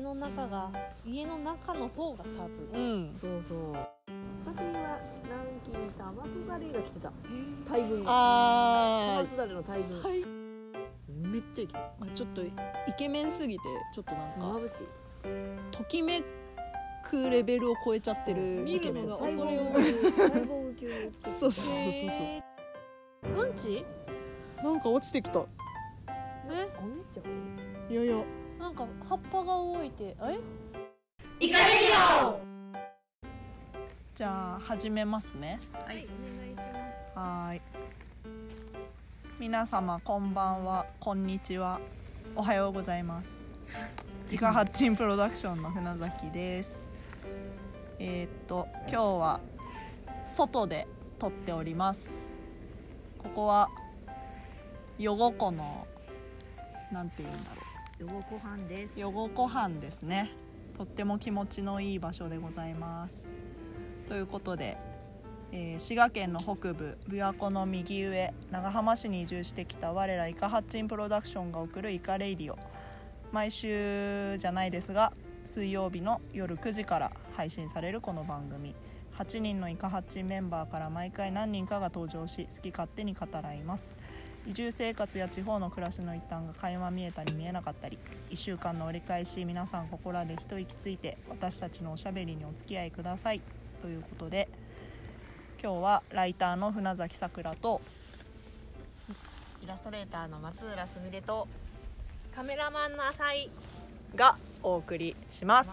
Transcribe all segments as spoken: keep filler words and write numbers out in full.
家の中が家の中の方が寒い、 うん、 そうそう。さては南京玉すだれが来てた。大群が。 あ玉すだれの大群。 はい、 めっちゃイケメン。 まあ、ちょっとイケメンすぎてちょっとなんか眩しい。 ときめくレベルを超えちゃってるイケメン。 見るのがサイボーグ級、サイボーグ級の美しい。 そうそうそうそう。 えー、うんちなんか落ちてきた。 えお姉ちゃん。 いやいや、 なんか葉っぱが動いて、あれイカレディオ。じゃあ始めますね。 はい、お願いします。 はーい。皆様こんばんは、こんにちは、おはようございます。イカハッチンプロダクションの船崎です。えー、っと今日は外で撮っております。ここは余呉湖のなんていうんだろう、 余呉湖畔です。 余呉湖畔ですね。とっても気持ちのいい場所でございます。ということで、えー、滋賀県の北部琵琶湖の右上長浜市に移住してきた我らイカハッチンプロダクションが送るイカレイディオ、毎週じゃないですが水曜日の夜くじから配信されるこの番組、はちにんのイカハッチンメンバーから毎回何人かが登場し好き勝手に語らいます。移住生活や地方の暮らしの一端が垣間見えたり見えなかったり、いっしゅうかんの折り返し、皆さんここらで一息ついて私たちのおしゃべりにお付き合いくださいということで、今日はライターの船崎さくらとイラストレーターの松浦すみれとカメラマンの浅井がお送りします。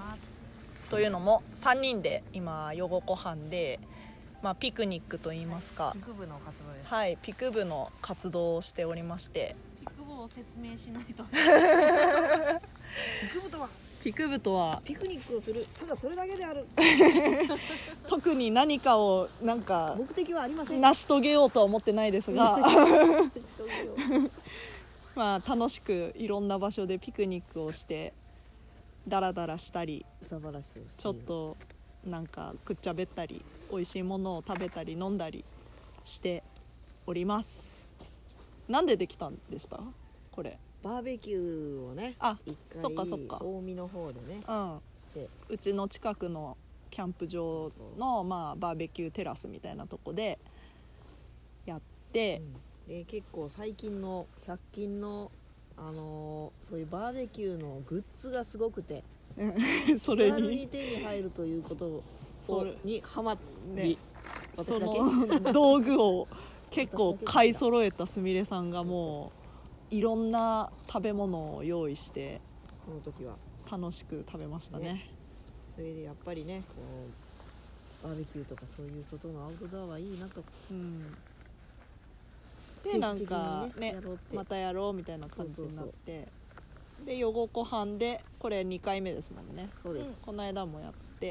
というのもさんにんで今余呉湖畔で、まあ、ピクニックといいますか、 ピク部の活動です。 はい、ピク部の活動をしておりまして、 ピクボを説明しないとピク部とはピク部とはピクニックをする、ただそれだけである。 特に何かをなんか目的はありません。 成し遂げようとは思ってないですが成し遂げよう。 まあ楽しくいろんな場所でピクニックをしてダラダラしたり、 うさばらしをしてちょっとなんかくっちゃべったり、美味しいものを食べたり飲んだりしております。なんでできたんでしたこれ？ バーベキューをね、 あ、 一回そっかそっか、 近江の方でね、 うん、 してうちの近くのキャンプ場のまあバーベキューテラスみたいなとこでやって、 うん、で結構最近のひゃく均の、あのー、そういうバーベキューのグッズがすごくてそれ気軽にに手に入るということをそれにハマり、 ね、 私だけその道具を結構買い揃えたすみれさんがもういろんな食べ物を用意してその時は楽しく食べましたね。 ね、それでやっぱりね、こうバーベキューとかそういう外のアウトドアはいいなと、 うん、でなんかね、 やろうってまたやろうみたいな感じになって、で余呉湖畔でこれにかいめですもんね。 そうです、 この間もやって、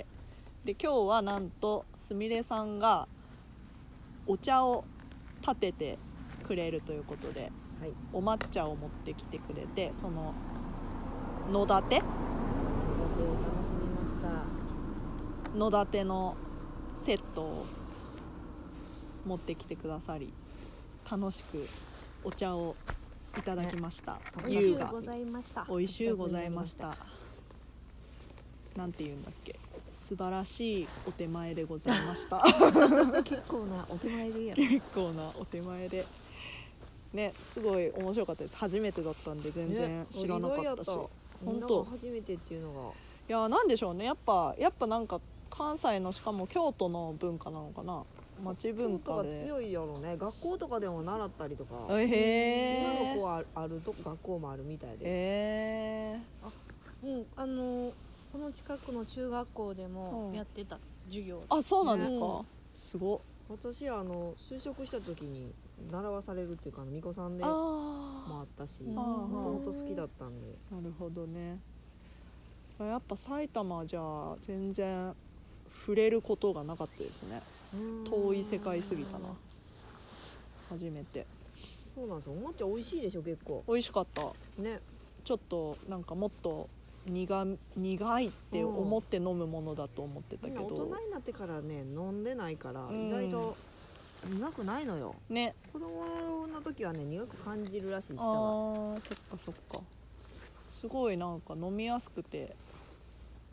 で今日はなんとすみれさんがお茶を立ててくれるということで、 はい、 お抹茶を持ってきてくれて、その野立て野立てを楽しみました。 野立てのセットを持ってきてくださり、楽しくお茶をいただきました、ね、優雅ございました。 美味しゅうございました。なんて言うんだっけ、素晴らしいお手前でございました結構なお手前でいいやろ。 結構なお手前でね、すごい面白かったです。初めてだったんで全然知らなかったし、 ね、 本当初めてっていうのが、 いやなんでしょうね、やっぱやっぱなんか関西のしかも京都の文化なのかな、町文化で強いやろね。学校とかでも習ったりとか、 へー、 今の子はあると学校もあるみたいで、 へー、うん、あのこの近くの中学校でもやってた授業、 あ、そうなんですか、 うん、 すご。 私あの就職した時に習わされるっていうか、巫女さんでもあったし、もともと好きだったんで。 なるほどね。やっぱ埼玉じゃ全然触れることがなかったですね。遠い世界すぎたな、初めて。 そうなんですよ、お抹茶美味しいでしょ。結構美味しかったね。 ちょっとなんかもっと 苦, 苦いって思って飲むものだと思ってたけど、 大人になってからね飲んでないから、 うん、 意外と苦くないのよね。 子供の時はね苦く感じるらしい。 あー、そっかそっか。すごいなんか飲みやすくて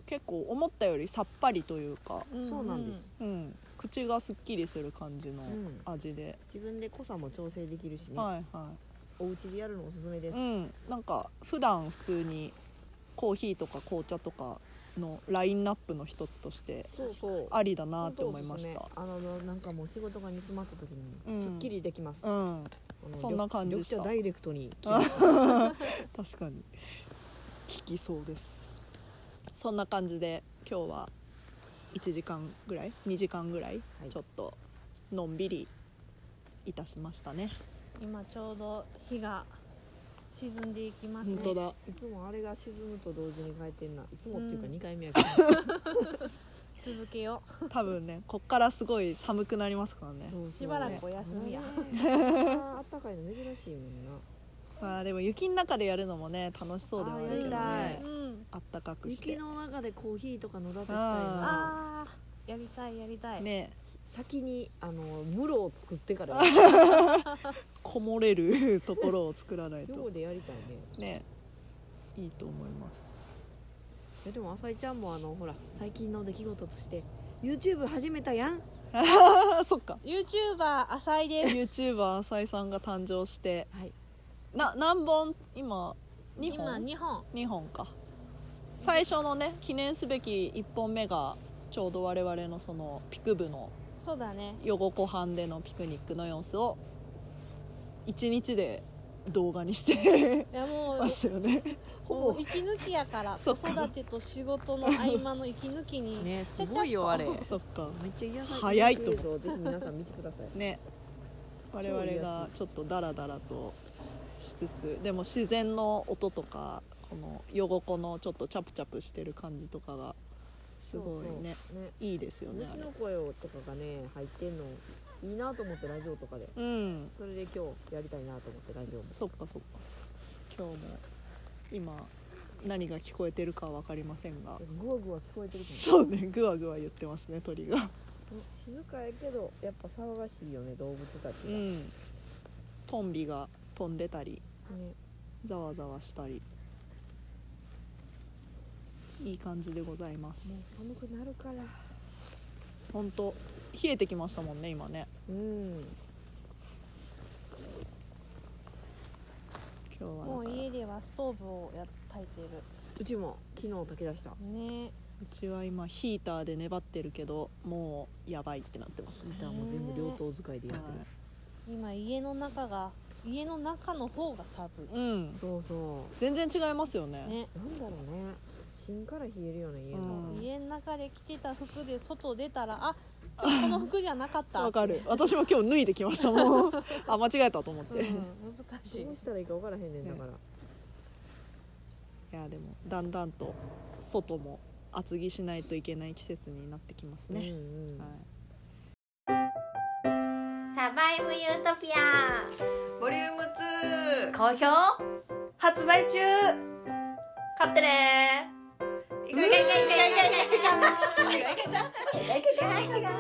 結構思ったよりさっぱりというか、 うんうん、 そうなんです。 うん、口がすっきりする感じの味で、 自分で濃さも調整できるしね、 はいはお家でやるのおすすめでい、 す。 うん、なんか普段普通にコーヒーとか紅茶とかのラインナップの一つとしてそうそうありだなって思いました。 あのなんかもう仕事が煮詰まった時うんにすっきりできます、 うん、 あのそんな感じした緑茶ダイレクトに効きます確かに効きそうです。そんな感じで今日はいちじかんぐらいにじかんぐらい、 はいちょっとのんびりいたしましたね。 今ちょうど日が沈んでいきますね。 本当だ。 いつもあれが沈むと同時に変えてんな。いつもっていうかうんにかいめやけど、 続けよ多分ねこっからすごい寒くなりますからね。 そうそうしばらくお休みやねあったかいの珍しいもんな。 まあでも雪の中でやるのもね楽しそうではあるけどあーやりねう。うんあったかくして雪の中でコーヒーとか野立てしたいな。 あーやりたいやりたい、 ね先にあの室を作ってからこもれるところを作らないと寮でやりたいね。 ねいいと思います。 えでも浅井ちゃんもあのほら最近の出来事として YouTube 始めたやん。 あそっか YouTuber 浅井です YouTuber 浅井さんが誕生してはい。 な何本今にほん今にほんにほんか。最初のね記念すべきいっぽんめがちょうど我々のそのピク部のそうだね予後湖畔でのピクニックの様子をいちにちで動画にしていやもうましたよね。 もう息抜きやからそっか子育てと仕事の合間の息抜きにねすごいよあれ。めっそっかちゃ癒さ早いと思う映像ぜひ皆さん見てください。 ね我々がちょっとダラダラとしつつでも自然の音とかこのヨゴコのちょっとチャプチャプしてる感じとかがすごいねそうそうねいいですよねあれ。 虫の声をとかがね入ってんのいいなと思ってラジオとかで、 うんそれで今日やりたいなと思ってラジオも。 そっかそっか今日も今何が聞こえてるかは分かりませんがグワグワ聞こえてるかそうねグワグワ言ってますね鳥がも。静かやけどやっぱ騒がしいよね動物たちが、ね、 うんトンビが飛んでたりざわざわしたりいい感じでございます。 もう寒くなるから。 ほんと冷えてきましたもんね今ね。 うん今日はもうだから家ではストーブをや炊いてるうちも昨日炊き出した。 ねうちは今ヒーターで粘ってるけどもうやばいってなってますね。 じゃあもう全部両頭使いでやってる、 はい今家の中が家の中の方が寒いうんそうそ全然違いますよね。 ねうなんだろうね芯から冷えるよね家の、 うん家の中で着てた服で外出たらあ今日この服じゃなかったわかる私も今日脱いできましたもんあ間違えたと思って、いうん、難しいどうしたらいいか分からへんねんだから、 やでもだんだんと外も厚着しないといけない季節になってきますね、 うんうんはいサバイブユートピアボリュームツー好評発売中買ってねーいくいくいくいくいくいく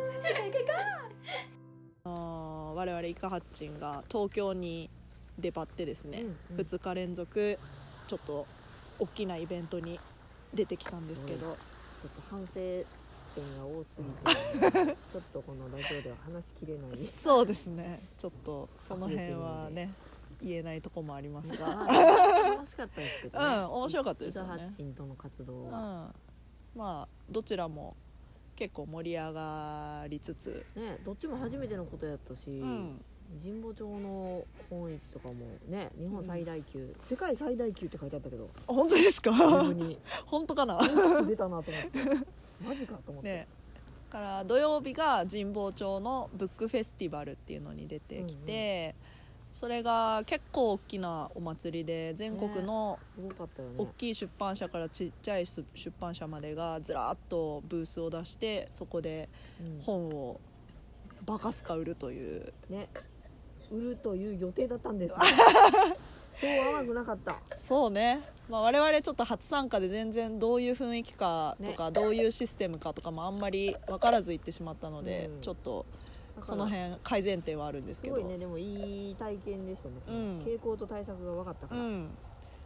あー我々イカハッチンが東京に出張ってですね、 うんうんふつか連続ちょっと大きなイベントに出てきたんですけどちょっと反省点が多すぎてちょっとこのラジオでは話しきれないそうですねちょっとその辺はね言えないとこもありますが楽しかったですけどうね、 ん面白かったですよイカハねッチンとの活動うん、 は、 まあどちらも結構盛り上がりつつ、 ねどっちも初めてのことやったし、 うん、 神保町の本市とかもね日本最大級、うん、世界最大級って書いてあったけど本当ですかウェブに本当かな出たなと思ってマジかと思って、 ねから土曜日が神保町のブックフェスティバルっていうのに出てきて、うんうん、それが結構大きなお祭りで全国のすごかったよね大きい出版社からちっちゃい出版社までがずらっとブースを出してそこで本をバカスカ売るという、 うん、ね売るという予定だったんですそう甘くなかったそうね、まあ、我々ちょっと初参加で全然どういう雰囲気かとか、ね、どういうシステムかとかもあんまり分からず行ってしまったので、うん、ちょっとその辺改善点はあるんですけどすごいねでもいい体験でしたね、うん、傾向と対策が分かったから、 うん、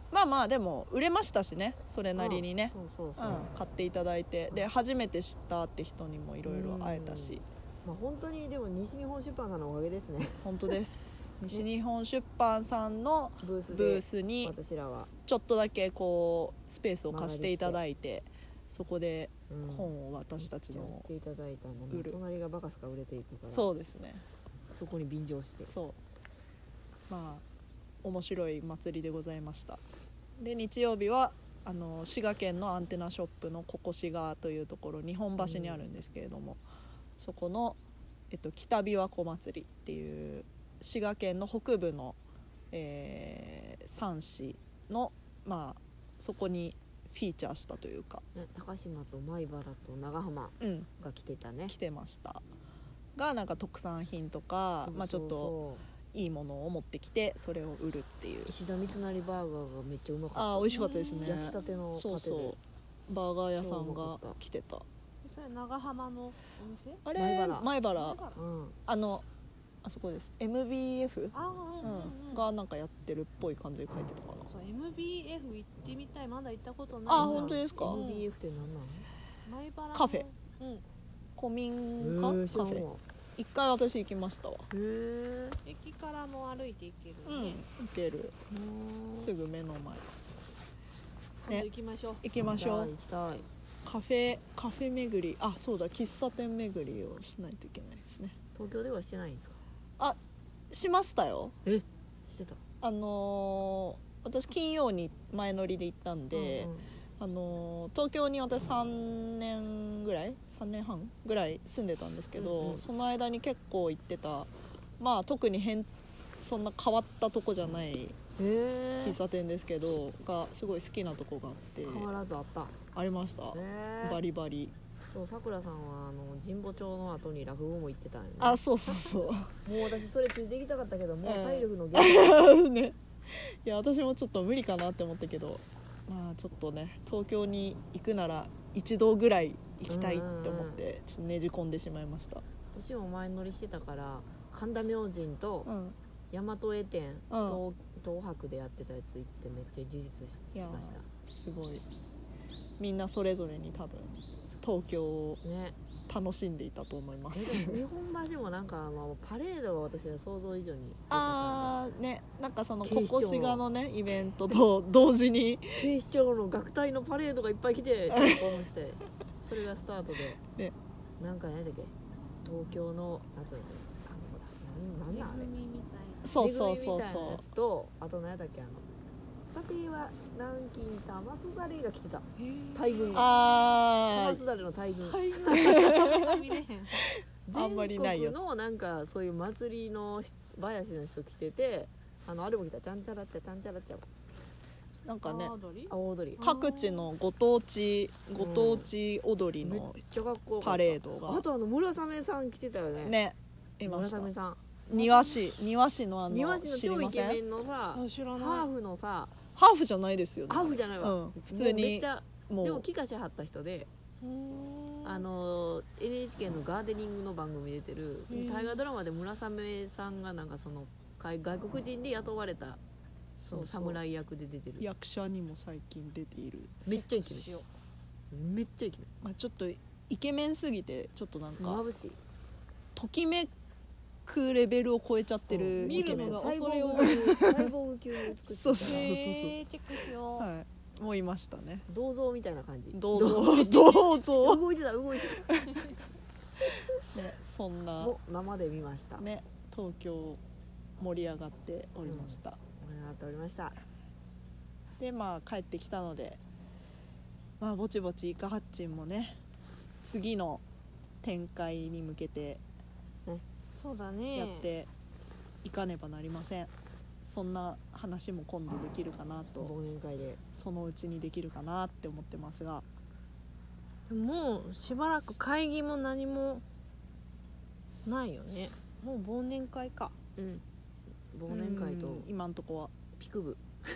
まあまあでも売れましたしね、それなりにね、 そうそうそう、 うん、買っていただいて、で初めて知ったって人にもいろいろ会えたし、 まあ、本当にでも西日本出版さんのおかげですね。 本当です西日本出版さんのブースでブースに私らは、 ちょっとだけこうスペースを貸していただいて、そこでうん、 本を私たちめっのちゃ売っていただいたんで、 売る隣がバカスカ売れていくからそうですね、 そこに便乗して、 そうまあ面白い祭りでございました。で日曜日はあの滋賀県のアンテナショップのここ滋賀というところ日本橋にあるんですけれども、うん、そこの、えっと、北琵琶湖祭りっていう滋賀県の北部の、えー、三市の、まあ、そこにフィーチャーしたというか、 ね、高島と米原と長浜うん、 が来てたね、 来てましたが、なんか特産品とか、 そうそうそう、 まあ、ちょっといいものを持ってきてそれを売るっていう。 石田三成バーガーがめっちゃうまかった。 あー美味しかったですね。 焼きたてのパテで、 そうそうバーガー屋さんが来てた。 それ長浜のお店？ あれ前原前原前原うん、 あのあそこです エムビーエフ、 あー、うんうんうん、 がなんかやってるっぽい感じで書いてたかな。 そう エムビーエフ 行ってみたい、まだ行ったことない。 あ本当ですか。 エムビーエフ って何なの？ 前原のカフェ、 うん、 古民へ家ー知らんわカフェ一回私行きましたわ。 へー駅からも歩いて行けるうんね。 行けるうんすぐ目の前。 今度行きましょう。 行きましょう。 行きたい行きカフェカフェ巡り、あそうだ喫茶店巡りをしないといけないですね。 たい。東京ではしてないんですか？ あしましたよ。 えしてた。 あのー私金曜に前乗りで行ったんで、 うんうんあのー東京に私さんねんぐらいさんねんはんぐらい住んでたんですけど、 うんうんその間に結構行ってた、まあ特に変そんな変わったとこじゃないへ喫茶店ですけどがすごい好きなとこがあって変わらずあった。 ありました。 へバリバリ。 そう、さくらさんはあの神保町の後に落語も行ってたんよね。 あそうそうそうもう私それついていきたかったけど、もう体力の限ね、いや私もちょっと無理かなって思ったけど、まあちょっとね東京に行くなら一度ぐらい行きたいって思ってちょっとねじ込んでしまいました。 私も前乗りしてたから神田明神とうん大和絵店、 うん東東博でやってたやつ行ってめっちゃ充実ししいやましたすごいみんなそれぞれに多分東京をね。 楽しんでいたと思いまえす。 でも日本橋もなんかあのパレードが私は想像以上に良かあーね、なんかその警視庁ここ滋賀のねイベントと同時にった。警視庁の楽隊のパレードがいっぱい来て興奮してそれがスタートで、 ねなんか何だっけ東京のなんつうのあのなんなんあれめぐみみたいな。 そうそうめぐみみたいなそうそやつとあと何だっけあのさては南京玉すだれが来てた大群う。あ玉すだれの大群見れへん。 あんまりないやつ全国のなんかそういう祭りの林の人来てて、あのあれも来たちゃんちゃらってちゃんちゃらっちゃうーなんかね阿波踊りあ踊り各地のご当地ご当地踊りめっのちゃかっこよかったパレードがあとあの村雨さん来てたよねねいました。 村雨さん庭師庭師のあの庭師の知り超イませんケメンのさあ知らない。 ハーフのさハーフじゃないですよね。 ハーフじゃないわ、 うん普通にもうめっちゃもうでも帰化しはった人で、 うーんあの エヌエイチケー のガーデニングの番組出てるへー大河ドラマで村雨さんがなんかその外外国人で雇われたその侍役で出てる役者にも最近出ている、 めっちゃイケメしよンめっちゃイケメまあ、ちょっとイケメンすぎてちょっとなんンか眩しいときめくレベルを超えちゃってうるんイケメンです。 見るのがサイボ恐れ多いーグ級サイボーグ級に美しいそうそうう。へーチェックしよう。 はい、もういましたね。 銅像みたいな感じどうぞどうぞ、 動いてた動いてたね、そんなを生で見ました、 ね東京盛り上がっておりました。 盛り上がっておりましたでまあ帰ってきたので、まあぼちぼちイカハッチンもね次の展開に向けてそうだね。 やっていかねばなりません。そんな話も今度できるかなと、 忘年会でそのうちにできるかなって思ってますが、 もうしばらく会議も何もないよね。もう忘年会か。 うん忘年会とうん今んとこはピク部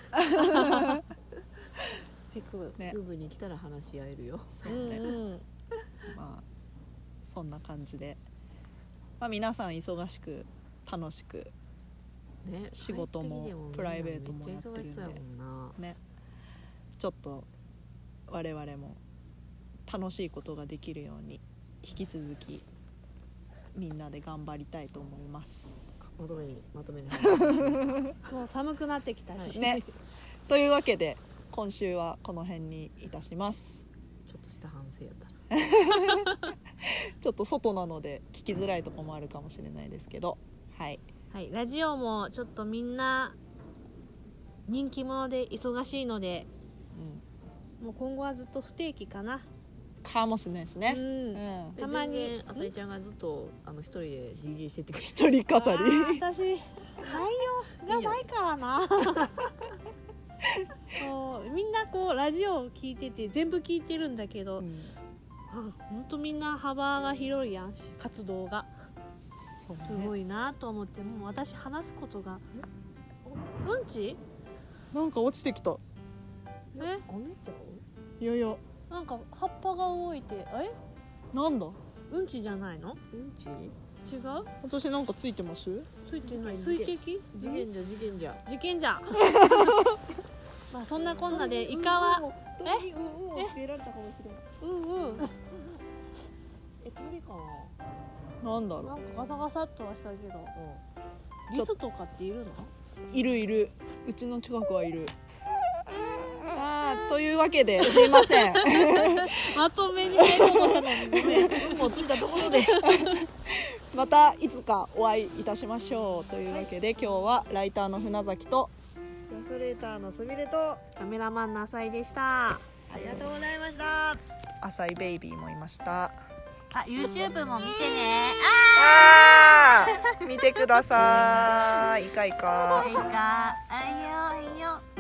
ピクブ。 ねピク部に来たら話し合えるよそううね、 んうん。 まあそんな感じで、まあ、皆さん忙しく楽しくね、 仕事もプライベートもやってるんでめっちゃ忙しそうやもんな。 ね、ちょっと我々も楽しいことができるように引き続きみんなで頑張りたいと思います。 まとめにまとめにもう寒くなってきたし、 ね、というわけで今週はこの辺にいたします。 ちょっとした反省やったなちょっと外なので聞きづらいところもあるかもしれないですけど、はい、 はい、ラジオもちょっとみんな人気者で忙しいので、 うん、 もう今後はずっと不定期かな。 かもしれないですね。 うんうん、 たまに全然浅井ちゃんがずっとあの一人で ディージェー してってくれて一人語りあー私内容がないからなそうみんなこうラジオを聞いてて全部聞いてるんだけど、 うんほんとみんな幅が広いやん活動がそうね、 すごいなと思って、もう私話すことがうんちなんか落ちてきた。 えお姉ちゃんいやいや、 なんか葉っぱが動いてあれなんだ、 うんちじゃないの？ うんち違う？ 私なんかついてます？ ついてない事件水滴？ 事件じゃ事件じゃ事件じゃまあそんなこんなでイカはえうんうんつけられたかもしれないうんうんえ鳥かなんだろなんかガサガサっとはしたけどなリスとかっているの？ う、いるいる、うちの近くはいる。あー、というわけですいませんまとめに入ろうとしたのにごめんうん運もついたところでまたいつかお会いいたしましょう。というわけで今日はライターの船崎とガソレーターのすみれとあカメラマンの浅井でした。 りがとうございました浅井ベイビーもいました。 あ、YouTube も見てね。 あー見てください。いかいかあいいか、あいよあいよ。